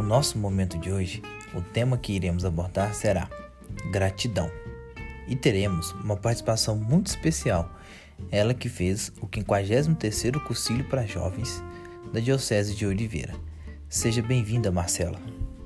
nosso momento de hoje, o tema que iremos abordar será gratidão. E teremos uma participação muito especial, ela que fez o 53º Concílio para Jovens da Diocese de Oliveira. Seja bem-vinda, Marcela.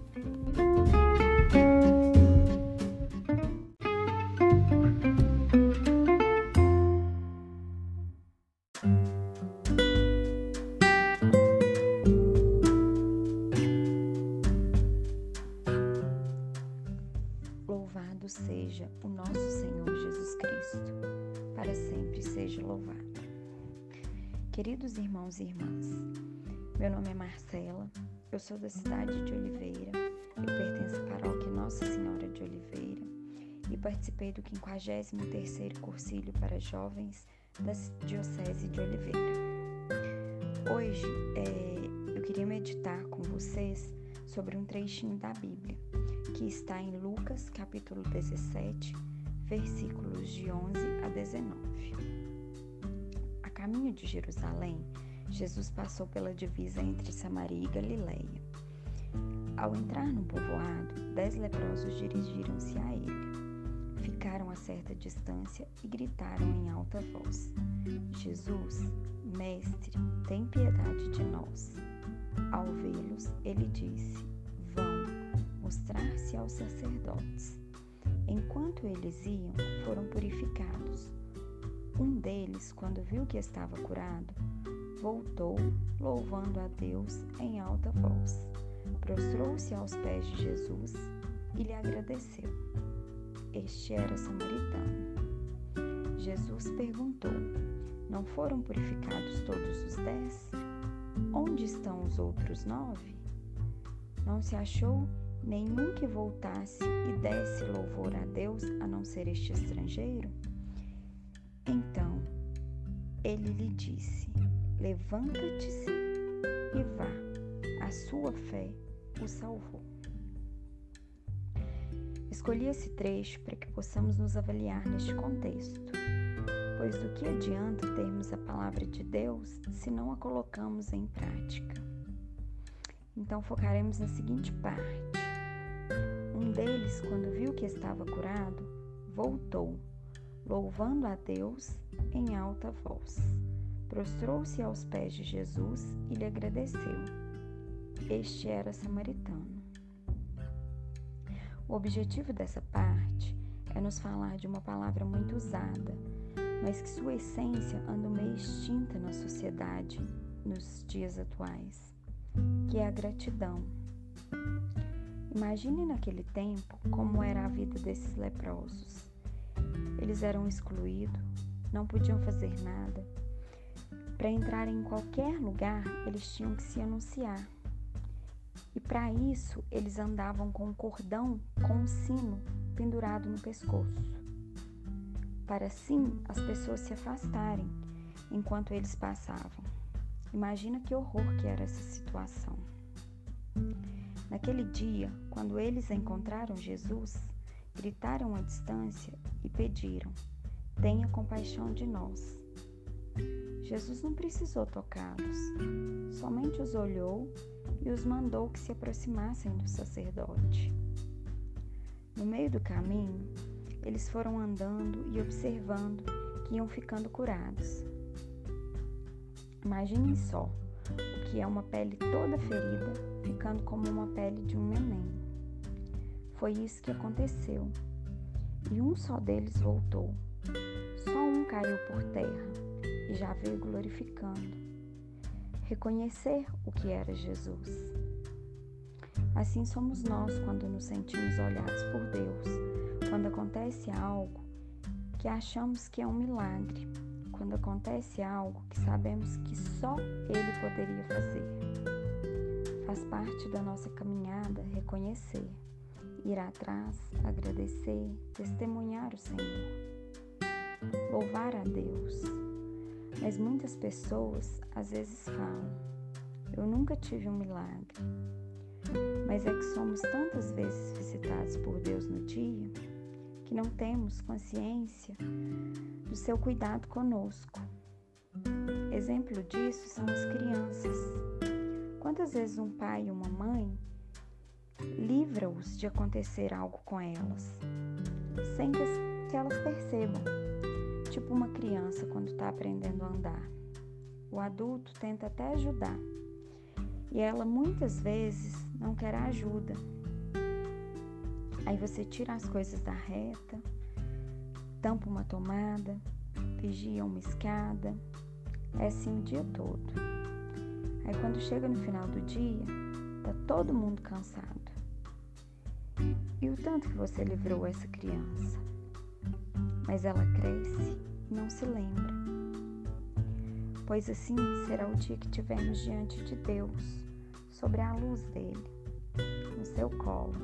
Louvado seja o nosso Senhor Jesus Cristo, para sempre seja louvado. Queridos irmãos e irmãs, meu nome é Marcela, eu sou da cidade de Oliveira, eu pertenço à paróquia Nossa Senhora de Oliveira e participei do 53º Concílio para Jovens da Diocese de Oliveira. Hoje eu queria meditar com vocês sobre um trechinho da Bíblia, que está em Lucas, capítulo 17, versículos de 11 a 19. A caminho de Jerusalém, Jesus passou pela divisa entre Samaria e Galileia. Ao entrar no povoado, 10 leprosos dirigiram-se a ele. Ficaram a certa distância e gritaram em alta voz: Jesus, Mestre, tem piedade de nós. Ao vê-los, ele disse: Vão mostrar-se aos sacerdotes. Enquanto eles iam, foram purificados. Um deles, quando viu que estava curado, voltou, louvando a Deus em alta voz. Prostrou-se aos pés de Jesus e lhe agradeceu. Este era samaritano. Jesus perguntou: Não foram purificados todos os 10? Onde estão os outros 9? Não se achou nenhum que voltasse e desse louvor a Deus, a não ser este estrangeiro? Então, ele lhe disse: Levanta-te e vá, a sua fé o salvou. Escolhi esse trecho para que possamos nos avaliar neste contexto, pois do que adianta termos a palavra de Deus se não a colocamos em prática? Então focaremos na seguinte parte. Um deles, quando viu que estava curado, voltou, louvando a Deus em alta voz. Prostrou-se aos pés de Jesus e lhe agradeceu. Este era samaritano. O objetivo dessa parte é nos falar de uma palavra muito usada, mas que sua essência anda meio extinta na sociedade nos dias atuais, que é a gratidão. Imagine naquele tempo como era a vida desses leprosos. Eles eram excluídos, não podiam fazer nada. Para entrar em qualquer lugar, eles tinham que se anunciar. E para isso, eles andavam com um cordão com um sino pendurado no pescoço, para assim as pessoas se afastarem enquanto eles passavam. Imagina que horror que era essa situação. Naquele dia, quando eles encontraram Jesus, gritaram à distância e pediram: Tenha compaixão de nós. Jesus não precisou tocá-los, somente os olhou e os mandou que se aproximassem do sacerdote. No meio do caminho, eles foram andando e observando que iam ficando curados. Imaginem só o que é uma pele toda ferida ficando como uma pele de um neném. Foi isso que aconteceu. E um só deles voltou. Só um caiu por terra e já veio glorificando. Reconhecer o que era Jesus. Assim somos nós quando nos sentimos olhados por Deus, quando acontece algo que achamos que é um milagre, quando acontece algo que sabemos que só Ele poderia fazer. Faz parte da nossa caminhada reconhecer, ir atrás, agradecer, testemunhar o Senhor, louvar a Deus. Mas muitas pessoas às vezes falam: eu nunca tive um milagre. Mas é que somos tantas vezes visitados por Deus no dia que não temos consciência do seu cuidado conosco. Exemplo disso são as crianças. Quantas vezes um pai e uma mãe livra-os de acontecer algo com elas, sem que elas percebam. Tipo uma criança quando está aprendendo a andar. O adulto tenta até ajudar, e ela muitas vezes não quer ajuda. Aí você tira as coisas da reta, tampa uma tomada, vigia uma escada, é assim o dia todo. Aí quando chega no final do dia, tá todo mundo cansado. E o tanto que você livrou essa criança? Mas ela cresce e não se lembra. Pois assim será o dia que tivermos diante de Deus, sobre a luz dele, no seu colo.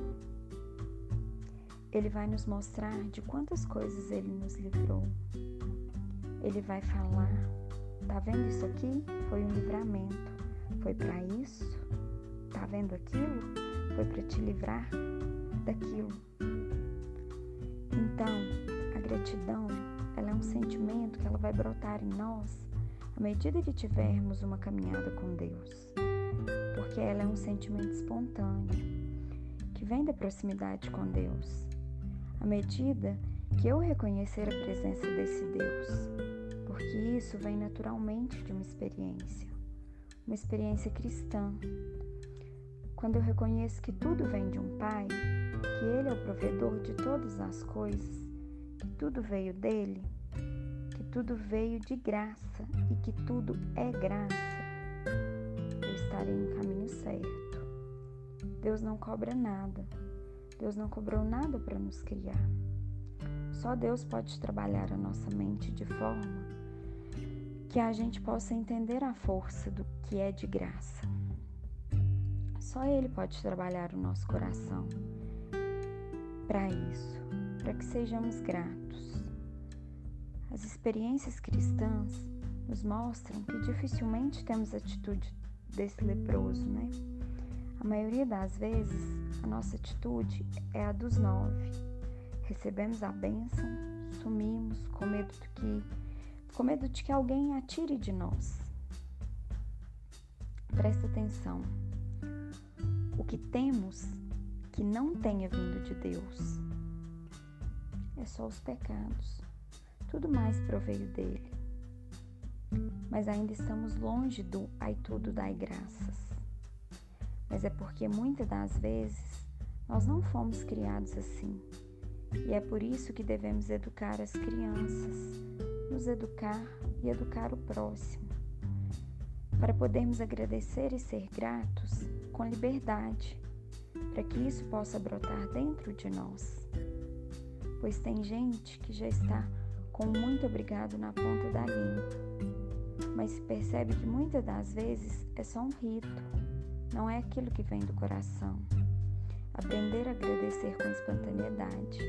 Ele vai nos mostrar de quantas coisas ele nos livrou. Ele vai falar: tá vendo isso aqui? Foi um livramento. Foi para isso? Tá vendo aquilo? Foi para te livrar daquilo. Então, a gratidão, ela é um sentimento que ela vai brotar em nós à medida que tivermos uma caminhada com Deus. Porque ela é um sentimento espontâneo, que vem da proximidade com Deus. À medida que eu reconhecer a presença desse Deus, porque isso vem naturalmente de uma experiência cristã. Quando eu reconheço que tudo vem de um Pai, que Ele é o provedor de todas as coisas, que tudo veio dele, que tudo veio de graça e que tudo é graça, eu estarei no caminho certo. Deus não cobra nada. Deus não cobrou nada para nos criar. Só Deus pode trabalhar a nossa mente de forma que a gente possa entender a força do que é de graça. Só Ele pode trabalhar o nosso coração para isso, para que sejamos gratos. As experiências cristãs nos mostram que dificilmente temos atitude desse leproso, né? A maioria das vezes, a nossa atitude é a dos 9. Recebemos a bênção, sumimos com medo de que alguém atire de nós. Presta atenção. O que temos que não tenha vindo de Deus é só os pecados. Tudo mais proveio dele. Mas ainda estamos longe do ai tudo dai graças. Mas é porque muitas das vezes nós não fomos criados assim. E é por isso que devemos educar as crianças, nos educar e educar o próximo, para podermos agradecer e ser gratos com liberdade, para que isso possa brotar dentro de nós. Pois tem gente que já está com muito obrigado na ponta da língua, mas se percebe que muitas das vezes é só um rito. Não é aquilo que vem do coração. Aprender a agradecer com espontaneidade.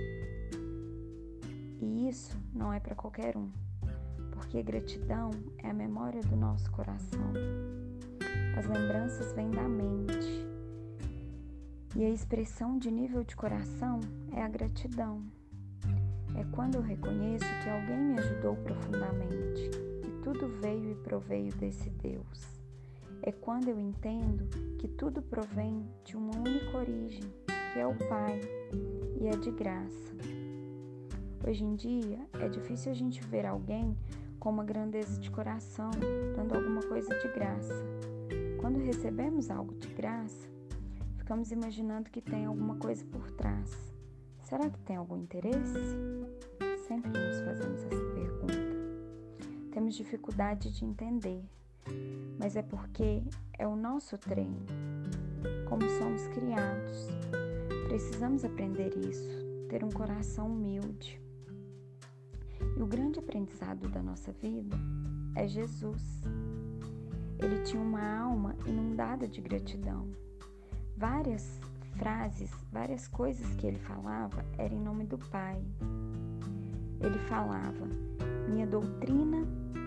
E isso não é para qualquer um, porque gratidão é a memória do nosso coração. As lembranças vêm da mente. E a expressão de nível de coração é a gratidão. É quando eu reconheço que alguém me ajudou profundamente, que tudo veio e proveio desse Deus. É quando eu entendo que tudo provém de uma única origem, que é o Pai, e é de graça. Hoje em dia, é difícil a gente ver alguém com uma grandeza de coração, dando alguma coisa de graça. Quando recebemos algo de graça, ficamos imaginando que tem alguma coisa por trás. Será que tem algum interesse? Sempre nos fazemos essa pergunta. Temos dificuldade de entender. Mas é porque é o nosso treino, como somos criados. Precisamos aprender isso, ter um coração humilde. E o grande aprendizado da nossa vida é Jesus. Ele tinha uma alma inundada de gratidão. Várias frases, várias coisas que ele falava eram em nome do Pai. Ele falava: minha doutrina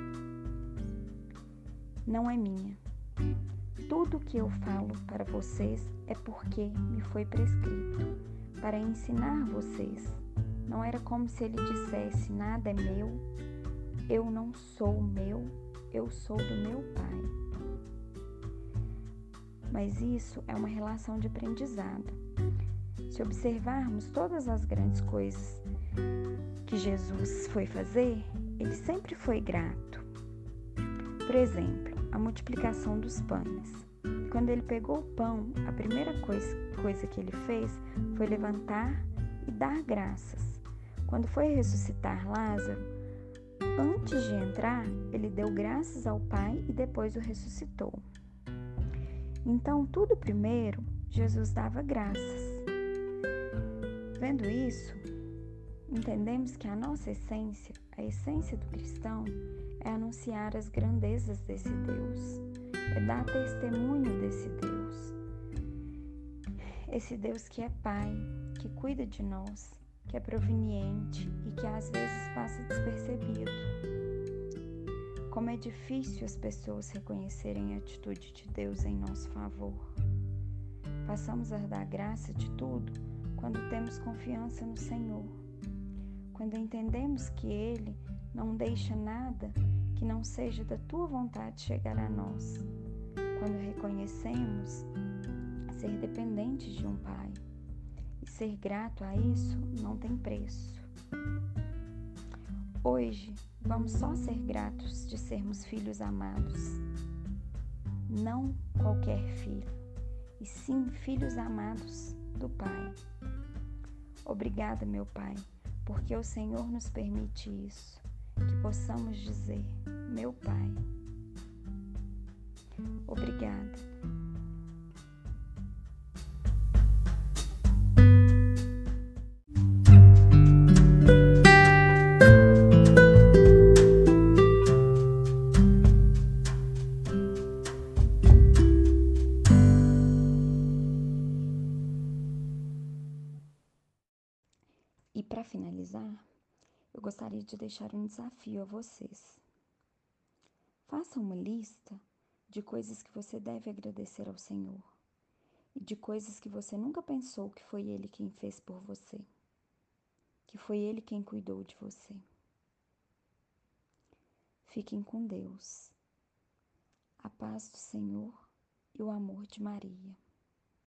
não é minha. Tudo que eu falo para vocês é porque me foi prescrito, para ensinar vocês. Não era como se ele dissesse: nada é meu, eu não sou meu, eu sou do meu Pai. mas isso é uma relação de aprendizado. Se observarmos todas as grandes coisas que Jesus foi fazer, ele sempre foi grato. Por exemplo, a multiplicação dos pães. Quando ele pegou o pão, a primeira coisa que ele fez foi levantar e dar graças. Quando foi ressuscitar Lázaro, antes de entrar, ele deu graças ao Pai e depois o ressuscitou. Então, tudo primeiro, Jesus dava graças. Vendo isso, entendemos que a nossa essência, a essência do cristão, é anunciar as grandezas desse Deus, é dar testemunho desse Deus. Esse Deus que é Pai, que cuida de nós, que é proveniente e que às vezes passa despercebido. Como é difícil as pessoas reconhecerem a atitude de Deus em nosso favor. Passamos a dar graça de tudo quando temos confiança no Senhor, quando entendemos que Ele não deixa nada que não seja da Tua vontade chegar a nós, quando reconhecemos ser dependentes de um Pai, e ser grato a isso não tem preço. Hoje, vamos só ser gratos de sermos filhos amados, não qualquer filho, e sim filhos amados do Pai. Obrigada, meu Pai, porque o Senhor nos permite isso, que possamos dizer, meu Pai. Obrigada. E para finalizar, eu gostaria de deixar um desafio a vocês. Faça uma lista de coisas que você deve agradecer ao Senhor e de coisas que você nunca pensou que foi Ele quem fez por você, que foi Ele quem cuidou de você. Fiquem com Deus, a paz do Senhor e o amor de Maria.